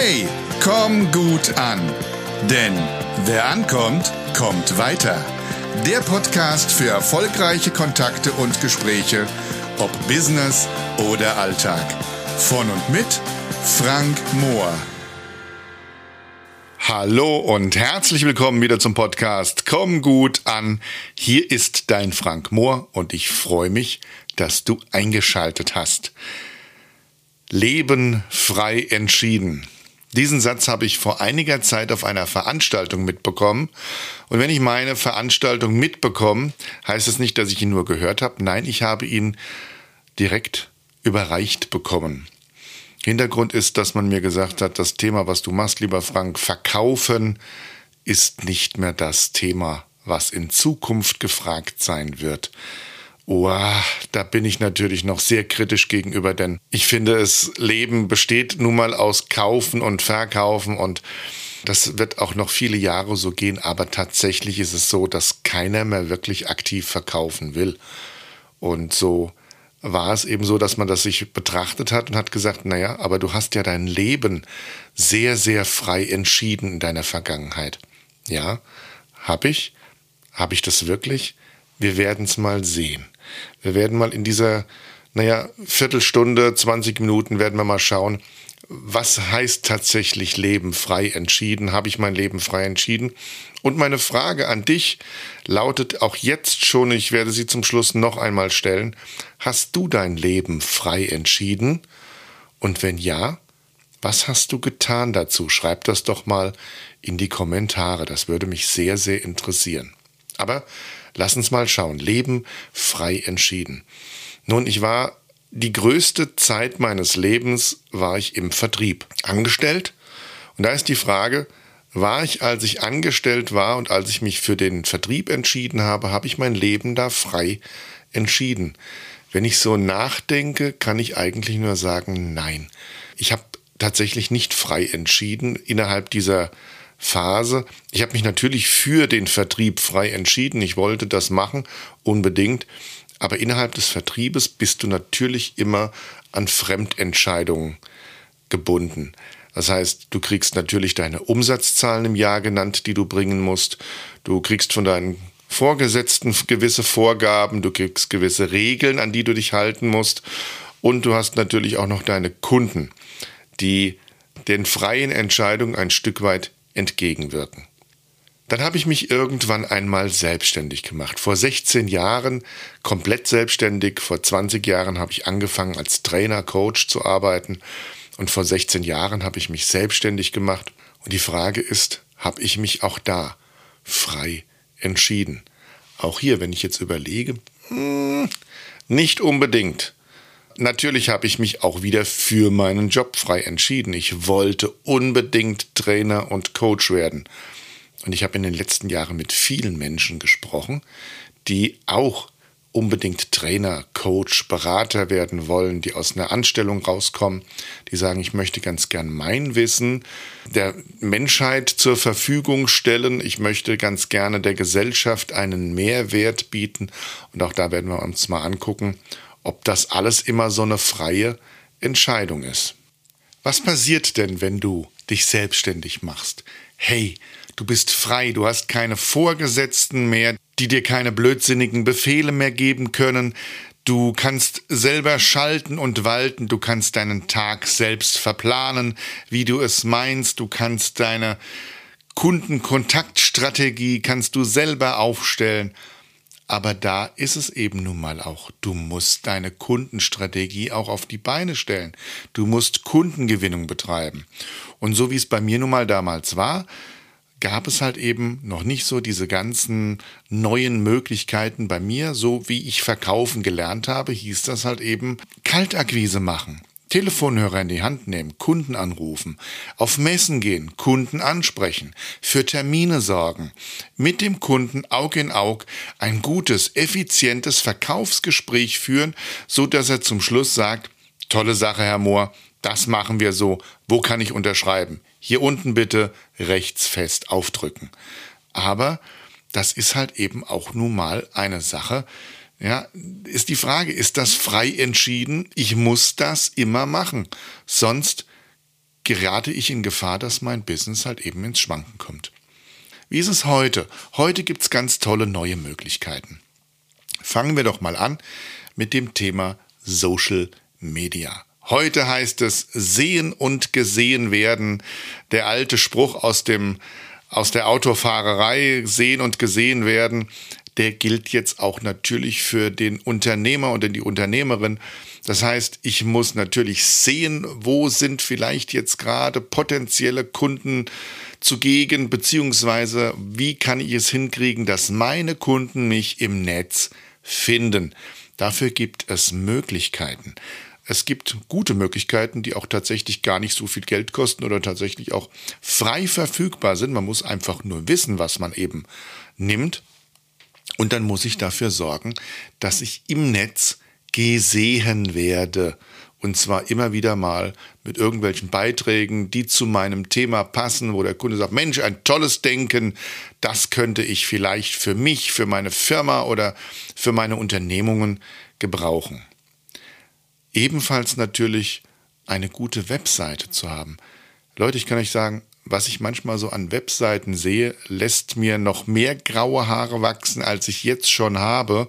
Hey, komm gut an. Denn wer ankommt, kommt weiter. Der Podcast für erfolgreiche Kontakte und Gespräche, ob Business oder Alltag. Von und mit Frank Mohr. Hallo und herzlich willkommen wieder zum Podcast Komm gut an. Hier ist dein Frank Mohr und ich freue mich, dass du eingeschaltet hast. Leben frei entschieden. Diesen Satz habe ich vor einiger Zeit auf einer Veranstaltung mitbekommen. Und wenn ich meine Veranstaltung mitbekommen, heißt es nicht, dass ich ihn nur gehört habe. Nein, ich habe ihn direkt überreicht bekommen. Hintergrund ist, dass man mir gesagt hat, das Thema, was du machst, lieber Frank, verkaufen, ist nicht mehr das Thema, was in Zukunft gefragt sein wird. Da bin ich natürlich noch sehr kritisch gegenüber, denn ich finde, das Leben besteht nun mal aus Kaufen und Verkaufen und das wird auch noch viele Jahre so gehen, aber tatsächlich ist es so, dass keiner mehr wirklich aktiv verkaufen will. Und so war es eben so, dass man das sich betrachtet hat und hat gesagt, naja, aber du hast ja dein Leben sehr, sehr frei entschieden in deiner Vergangenheit. Ja, habe ich? Habe ich das wirklich? Wir werden es mal sehen. Wir werden mal in dieser, Viertelstunde, 20 Minuten werden wir mal schauen, was heißt tatsächlich Leben frei entschieden? Habe ich mein Leben frei entschieden? Und meine Frage an dich lautet auch jetzt schon, ich werde sie zum Schluss noch einmal stellen, hast du dein Leben frei entschieden? Und wenn ja, was hast du getan dazu? Schreib das doch mal in die Kommentare, das würde mich sehr, sehr interessieren. Aber lass uns mal schauen, Leben frei entschieden. Nun, die größte Zeit meines Lebens war ich im Vertrieb angestellt. Und da ist die Frage, war ich, als ich angestellt war und als ich mich für den Vertrieb entschieden habe, habe ich mein Leben da frei entschieden? Wenn ich so nachdenke, kann ich eigentlich nur sagen, nein. Ich habe tatsächlich nicht frei entschieden innerhalb dieser Phase. Ich habe mich natürlich für den Vertrieb frei entschieden. Ich wollte das machen, unbedingt. Aber innerhalb des Vertriebes bist du natürlich immer an Fremdentscheidungen gebunden. Das heißt, du kriegst natürlich deine Umsatzzahlen im Jahr genannt, die du bringen musst. Du kriegst von deinen Vorgesetzten gewisse Vorgaben, du kriegst gewisse Regeln, an die du dich halten musst. Und du hast natürlich auch noch deine Kunden, die den freien Entscheidungen ein Stück weit entgegenwirken. Dann habe ich mich irgendwann einmal selbstständig gemacht. Vor 16 Jahren komplett selbstständig. Vor 20 Jahren habe ich angefangen als Trainer, Coach zu arbeiten. Und vor 16 Jahren habe ich mich selbstständig gemacht. Und die Frage ist, habe ich mich auch da frei entschieden? Auch hier, wenn ich jetzt überlege, nicht unbedingt. Natürlich habe ich mich auch wieder für meinen Job frei entschieden. Ich wollte unbedingt Trainer und Coach werden. Und ich habe in den letzten Jahren mit vielen Menschen gesprochen, die auch unbedingt Trainer, Coach, Berater werden wollen, die aus einer Anstellung rauskommen, die sagen, ich möchte ganz gern mein Wissen der Menschheit zur Verfügung stellen. Ich möchte ganz gerne der Gesellschaft einen Mehrwert bieten. Und auch da werden wir uns mal angucken, ob das alles immer so eine freie Entscheidung ist. Was passiert denn, wenn du dich selbstständig machst? Hey, du bist frei, du hast keine Vorgesetzten mehr, die dir keine blödsinnigen Befehle mehr geben können. Du kannst selber schalten und walten, du kannst deinen Tag selbst verplanen, wie du es meinst. Du kannst deine Kundenkontaktstrategie kannst du selber aufstellen. Aber da ist es eben nun mal auch, du musst deine Kundenstrategie auch auf die Beine stellen. Du musst Kundengewinnung betreiben. Und so wie es bei mir nun mal damals war, gab es halt eben noch nicht so diese ganzen neuen Möglichkeiten bei mir. So wie ich verkaufen gelernt habe, hieß das halt eben Kaltakquise machen. Telefonhörer in die Hand nehmen, Kunden anrufen, auf Messen gehen, Kunden ansprechen, für Termine sorgen, mit dem Kunden Aug in Aug ein gutes, effizientes Verkaufsgespräch führen, so dass er zum Schluss sagt, tolle Sache, Herr Mohr, das machen wir so, wo kann ich unterschreiben? Hier unten bitte rechts fest aufdrücken. Aber das ist halt eben auch nun mal eine Sache, ja, ist die Frage, ist das frei entschieden? Ich muss das immer machen, sonst gerate ich in Gefahr, dass mein Business halt eben ins Schwanken kommt. Wie ist es heute? Heute gibt es ganz tolle neue Möglichkeiten. Fangen wir doch mal an mit dem Thema Social Media. Heute heißt es sehen und gesehen werden. Der alte Spruch aus der Autofahrerei, sehen und gesehen werden, der gilt jetzt auch natürlich für den Unternehmer und die Unternehmerin. Das heißt, ich muss natürlich sehen, wo sind vielleicht jetzt gerade potenzielle Kunden zugegen, beziehungsweise wie kann ich es hinkriegen, dass meine Kunden mich im Netz finden. Dafür gibt es Möglichkeiten. Es gibt gute Möglichkeiten, die auch tatsächlich gar nicht so viel Geld kosten oder tatsächlich auch frei verfügbar sind. Man muss einfach nur wissen, was man eben nimmt. Und dann muss ich dafür sorgen, dass ich im Netz gesehen werde. Und zwar immer wieder mal mit irgendwelchen Beiträgen, die zu meinem Thema passen, wo der Kunde sagt, Mensch, ein tolles Denken, das könnte ich vielleicht für mich, für meine Firma oder für meine Unternehmungen gebrauchen. Ebenfalls natürlich eine gute Webseite zu haben. Leute, ich kann euch sagen, was ich manchmal so an Webseiten sehe, lässt mir noch mehr graue Haare wachsen, als ich jetzt schon habe.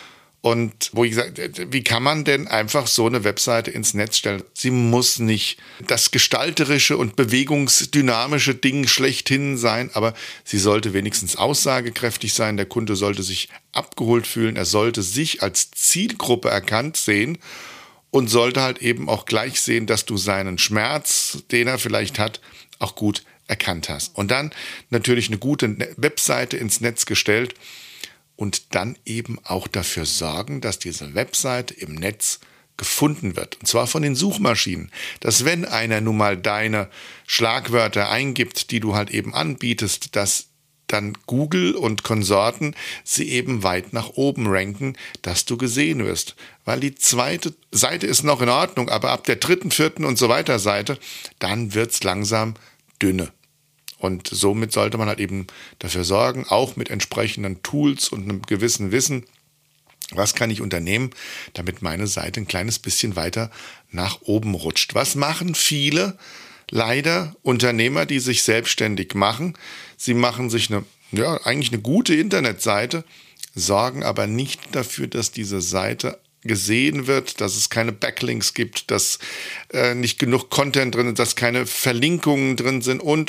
Und wo ich sage, wie kann man denn einfach so eine Webseite ins Netz stellen? Sie muss nicht das gestalterische und bewegungsdynamische Ding schlechthin sein, aber sie sollte wenigstens aussagekräftig sein. Der Kunde sollte sich abgeholt fühlen. Er sollte sich als Zielgruppe erkannt sehen und sollte halt eben auch gleich sehen, dass du seinen Schmerz, den er vielleicht hat, auch gut erkannt hast. Und dann natürlich eine gute Webseite ins Netz gestellt und dann eben auch dafür sorgen, dass diese Webseite im Netz gefunden wird. Und zwar von den Suchmaschinen. Dass wenn einer nun mal deine Schlagwörter eingibt, die du halt eben anbietest, dass dann Google und Konsorten sie eben weit nach oben ranken, dass du gesehen wirst. Weil die zweite Seite ist noch in Ordnung, aber ab der dritten, vierten und so weiter Seite, dann wird's langsam dünne. Und somit sollte man halt eben dafür sorgen, auch mit entsprechenden Tools und einem gewissen Wissen, was kann ich unternehmen, damit meine Seite ein kleines bisschen weiter nach oben rutscht. Was machen viele? Leider Unternehmer, die sich selbstständig machen. Sie machen sich eigentlich eine gute Internetseite, sorgen aber nicht dafür, dass diese Seite gesehen wird, dass es keine Backlinks gibt, dass nicht genug Content drin ist, dass keine Verlinkungen drin sind und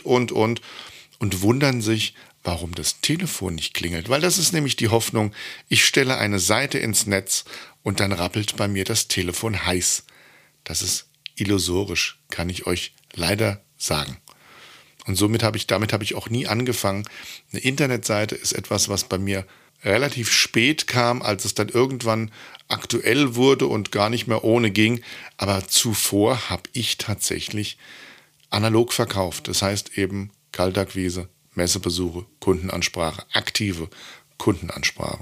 wundern sich, warum das Telefon nicht klingelt. Weil das ist nämlich die Hoffnung, ich stelle eine Seite ins Netz und dann rappelt bei mir das Telefon heiß. Das ist illusorisch, kann ich euch leider sagen. Und damit habe ich auch nie angefangen. Eine Internetseite ist etwas, was bei mir relativ spät kam, als es dann irgendwann aktuell wurde und gar nicht mehr ohne ging. Aber zuvor habe ich tatsächlich analog verkauft. Das heißt eben Kaltakquise, Messebesuche, Kundenansprache, aktive Kundenansprache.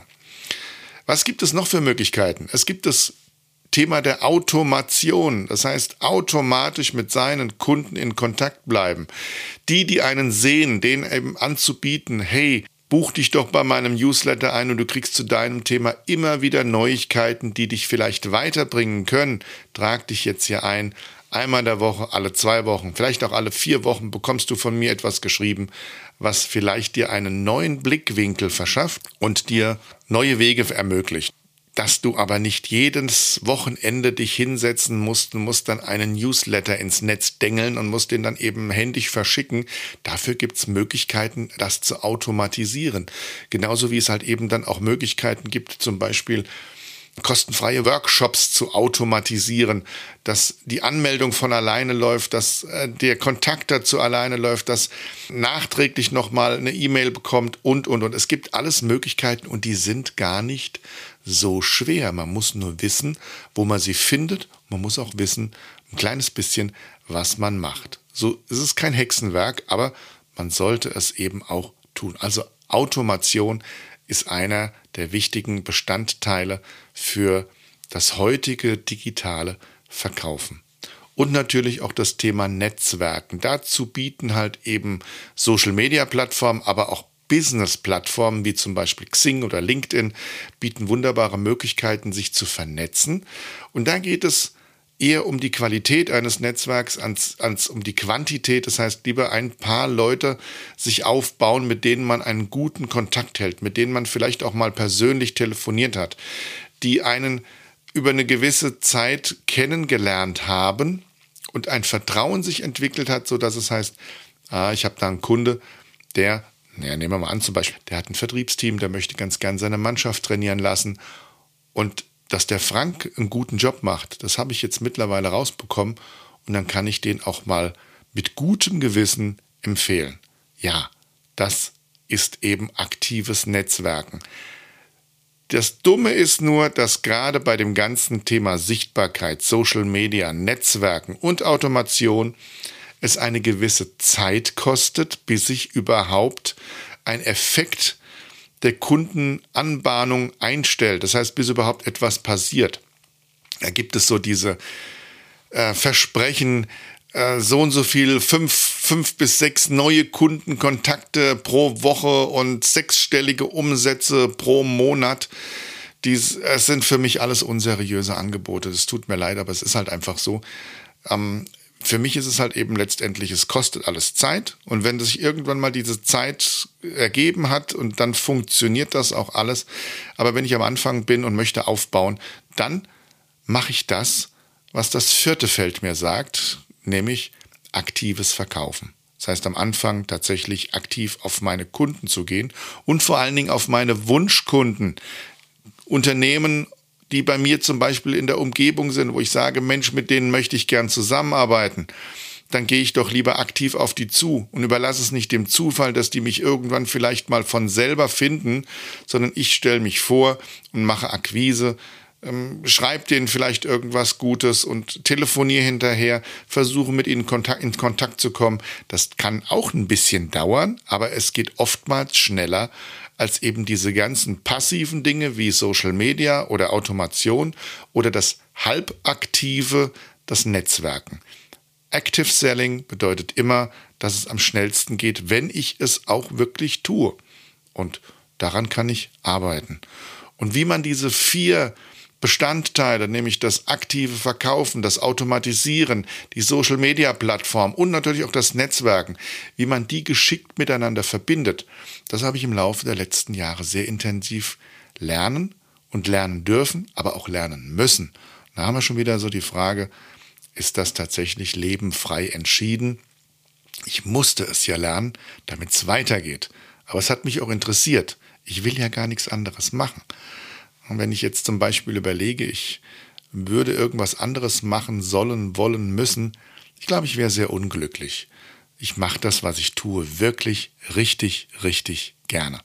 Was gibt es noch für Möglichkeiten? Es gibt das Thema der Automation, das heißt automatisch mit seinen Kunden in Kontakt bleiben. Die einen sehen, denen eben anzubieten, hey, buch dich doch bei meinem Newsletter ein und du kriegst zu deinem Thema immer wieder Neuigkeiten, die dich vielleicht weiterbringen können. Trag dich jetzt hier ein. Einmal in der Woche, alle 2 Wochen, vielleicht auch alle 4 Wochen bekommst du von mir etwas geschrieben, was vielleicht dir einen neuen Blickwinkel verschafft und dir neue Wege ermöglicht. Dass du aber nicht jedes Wochenende dich hinsetzen musst und musst dann einen Newsletter ins Netz dengeln und musst den dann eben händisch verschicken. Dafür gibt es Möglichkeiten, das zu automatisieren. Genauso wie es halt eben dann auch Möglichkeiten gibt, zum Beispiel kostenfreie Workshops zu automatisieren, dass die Anmeldung von alleine läuft, dass der Kontakt dazu alleine läuft, dass nachträglich nochmal eine E-Mail bekommt und. Es gibt alles Möglichkeiten und die sind gar nicht so schwer. Man muss nur wissen, wo man sie findet. Man muss auch wissen, ein kleines bisschen, was man macht. So ist es kein Hexenwerk, aber man sollte es eben auch tun. Also Automation ist einer der wichtigen Bestandteile für das heutige digitale Verkaufen. Und natürlich auch das Thema Netzwerken. Dazu bieten halt eben Social-Media-Plattformen, aber auch Business-Plattformen wie zum Beispiel Xing oder LinkedIn bieten wunderbare Möglichkeiten, sich zu vernetzen. Und da geht es eher um die Qualität eines Netzwerks als um die Quantität. Das heißt, lieber ein paar Leute sich aufbauen, mit denen man einen guten Kontakt hält, mit denen man vielleicht auch mal persönlich telefoniert hat, die einen über eine gewisse Zeit kennengelernt haben und ein Vertrauen sich entwickelt hat, sodass es heißt, ich habe da einen Kunde, nehmen wir mal an zum Beispiel, der hat ein Vertriebsteam, der möchte ganz gern seine Mannschaft trainieren lassen. Und dass der Frank einen guten Job macht, das habe ich jetzt mittlerweile rausbekommen und dann kann ich den auch mal mit gutem Gewissen empfehlen. Ja, das ist eben aktives Netzwerken. Das Dumme ist nur, dass gerade bei dem ganzen Thema Sichtbarkeit, Social Media, Netzwerken und Automation es eine gewisse Zeit kostet, bis sich überhaupt ein Effekt der Kundenanbahnung einstellt. Das heißt, bis überhaupt etwas passiert. Da gibt es so diese Versprechen, so und so viel, 5 bis 6 neue Kundenkontakte pro Woche und 6-stellige Umsätze pro Monat. Es sind für mich alles unseriöse Angebote. Es tut mir leid, aber es ist halt einfach so. Für mich ist es halt eben letztendlich, es kostet alles Zeit. Und wenn sich irgendwann mal diese Zeit ergeben hat und dann funktioniert das auch alles. Aber wenn ich am Anfang bin und möchte aufbauen, dann mache ich das, was das 4. Feld mir sagt, nämlich aktives Verkaufen. Das heißt, am Anfang tatsächlich aktiv auf meine Kunden zu gehen und vor allen Dingen auf meine Wunschkunden, Unternehmen, die bei mir zum Beispiel in der Umgebung sind, wo ich sage, Mensch, mit denen möchte ich gern zusammenarbeiten, dann gehe ich doch lieber aktiv auf die zu und überlasse es nicht dem Zufall, dass die mich irgendwann vielleicht mal von selber finden, sondern ich stelle mich vor und mache Akquise, schreibe denen vielleicht irgendwas Gutes und telefoniere hinterher, versuche mit ihnen in Kontakt zu kommen. Das kann auch ein bisschen dauern, aber es geht oftmals schneller als eben diese ganzen passiven Dinge wie Social Media oder Automation oder das halbaktive, das Netzwerken. Active Selling bedeutet immer, dass es am schnellsten geht, wenn ich es auch wirklich tue. Und daran kann ich arbeiten. Und wie man diese 4 Bestandteile, nämlich das aktive Verkaufen, das Automatisieren, die Social-Media-Plattform und natürlich auch das Netzwerken, wie man die geschickt miteinander verbindet, das habe ich im Laufe der letzten Jahre sehr intensiv lernen und lernen dürfen, aber auch lernen müssen. Da haben wir schon wieder so die Frage, ist das tatsächlich lebenfrei entschieden? Ich musste es ja lernen, damit es weitergeht. Aber es hat mich auch interessiert. Ich will ja gar nichts anderes machen. Und wenn ich jetzt zum Beispiel überlege, ich würde irgendwas anderes machen sollen, wollen, müssen, ich glaube, ich wäre sehr unglücklich. Ich mache das, was ich tue, wirklich richtig, richtig gerne.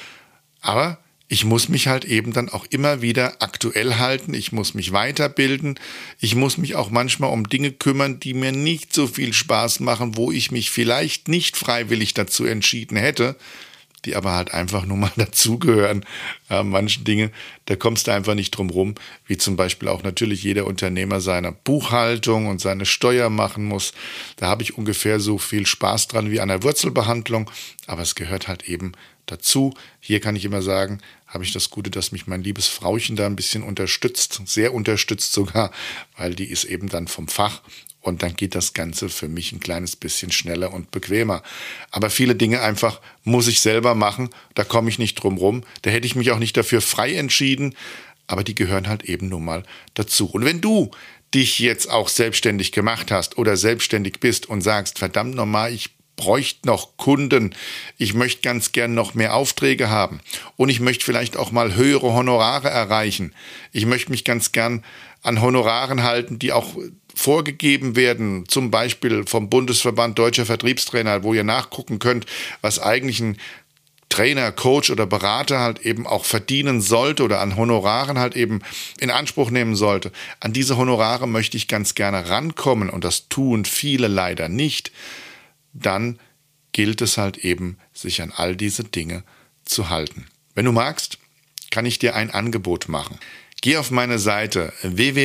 Aber ich muss mich halt eben dann auch immer wieder aktuell halten, ich muss mich weiterbilden, ich muss mich auch manchmal um Dinge kümmern, die mir nicht so viel Spaß machen, wo ich mich vielleicht nicht freiwillig dazu entschieden hätte, die aber halt einfach nur mal dazugehören. Ja, manche Dinge, da kommst du einfach nicht drum rum, wie zum Beispiel auch natürlich jeder Unternehmer seine Buchhaltung und seine Steuer machen muss. Da habe ich ungefähr so viel Spaß dran wie an der Wurzelbehandlung, aber es gehört halt eben dazu. Hier kann ich immer sagen, habe ich das Gute, dass mich mein liebes Frauchen da ein bisschen unterstützt, sehr unterstützt sogar, weil die ist eben dann vom Fach. Und dann geht das Ganze für mich ein kleines bisschen schneller und bequemer. Aber viele Dinge einfach muss ich selber machen. Da komme ich nicht drum rum. Da hätte ich mich auch nicht dafür frei entschieden. Aber die gehören halt eben nun mal dazu. Und wenn du dich jetzt auch selbstständig gemacht hast oder selbstständig bist und sagst, verdammt nochmal, ich bräuchte noch Kunden, ich möchte ganz gern noch mehr Aufträge haben und ich möchte vielleicht auch mal höhere Honorare erreichen. Ich möchte mich ganz gern an Honoraren halten, die auch vorgegeben werden, zum Beispiel vom Bundesverband Deutscher Vertriebstrainer, wo ihr nachgucken könnt, was eigentlich ein Trainer, Coach oder Berater halt eben auch verdienen sollte oder an Honoraren halt eben in Anspruch nehmen sollte. An diese Honorare möchte ich ganz gerne rankommen und das tun viele leider nicht. Dann gilt es halt eben, sich an all diese Dinge zu halten. Wenn du magst, kann ich dir ein Angebot machen. Geh auf meine Seite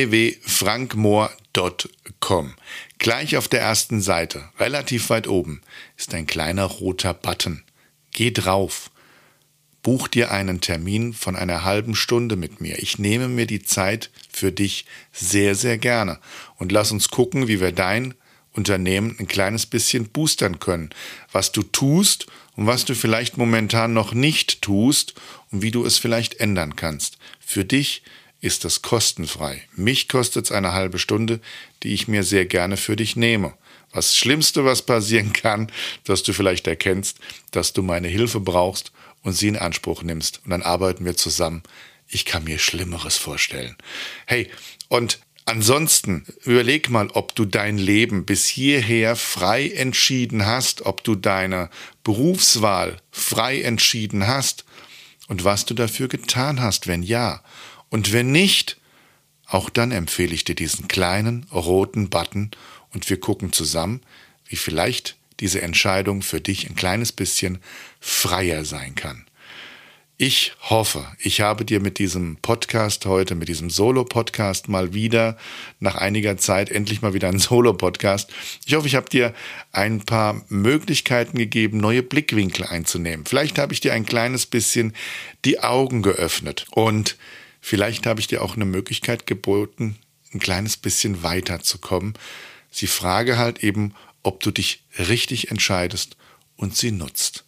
www.frankmohr.com. Gleich auf der ersten Seite, relativ weit oben, ist ein kleiner roter Button. Geh drauf. buch dir einen Termin von einer halben Stunde mit mir. Ich nehme mir die Zeit für dich sehr, sehr gerne. Und lass uns gucken, wie wir dein Unternehmen ein kleines bisschen boostern können. Was du tust und was du vielleicht momentan noch nicht tust und wie du es vielleicht ändern kannst. Für dich ist das kostenfrei. Mich kostet es eine halbe Stunde, die ich mir sehr gerne für dich nehme. Das Schlimmste, was passieren kann, dass du vielleicht erkennst, dass du meine Hilfe brauchst und sie in Anspruch nimmst. Und dann arbeiten wir zusammen. Ich kann mir Schlimmeres vorstellen. Hey, und ansonsten überleg mal, ob du dein Leben bis hierher frei entschieden hast, ob du deine Berufswahl frei entschieden hast und was du dafür getan hast, wenn ja. Und wenn nicht, auch dann empfehle ich dir diesen kleinen roten Button und wir gucken zusammen, wie vielleicht diese Entscheidung für dich ein kleines bisschen freier sein kann. Ich hoffe, ich habe dir mit diesem Podcast heute, mit diesem Solo-Podcast mal wieder, nach einiger Zeit endlich mal wieder einen Solo-Podcast. Ich hoffe, ich habe dir ein paar Möglichkeiten gegeben, neue Blickwinkel einzunehmen. Vielleicht habe ich dir ein kleines bisschen die Augen geöffnet und vielleicht habe ich dir auch eine Möglichkeit geboten, ein kleines bisschen weiterzukommen. Die Frage halt eben, ob du dich richtig entscheidest und sie nutzt.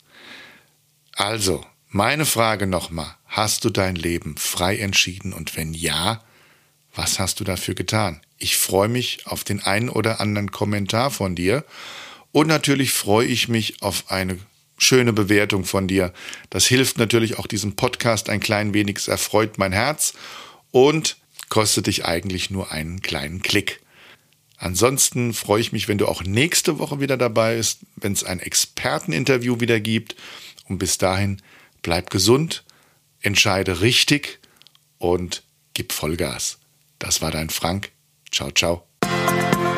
Also, meine Frage nochmal, hast du dein Leben frei entschieden und wenn ja, was hast du dafür getan? Ich freue mich auf den einen oder anderen Kommentar von dir und natürlich freue ich mich auf eine schöne Bewertung von dir. Das hilft natürlich auch diesem Podcast ein klein wenig, es erfreut mein Herz und kostet dich eigentlich nur einen kleinen Klick. Ansonsten freue ich mich, wenn du auch nächste Woche wieder dabei bist, wenn es ein Experteninterview wieder gibt. Und bis dahin, bleib gesund, entscheide richtig und gib Vollgas. Das war dein Frank. Ciao, ciao.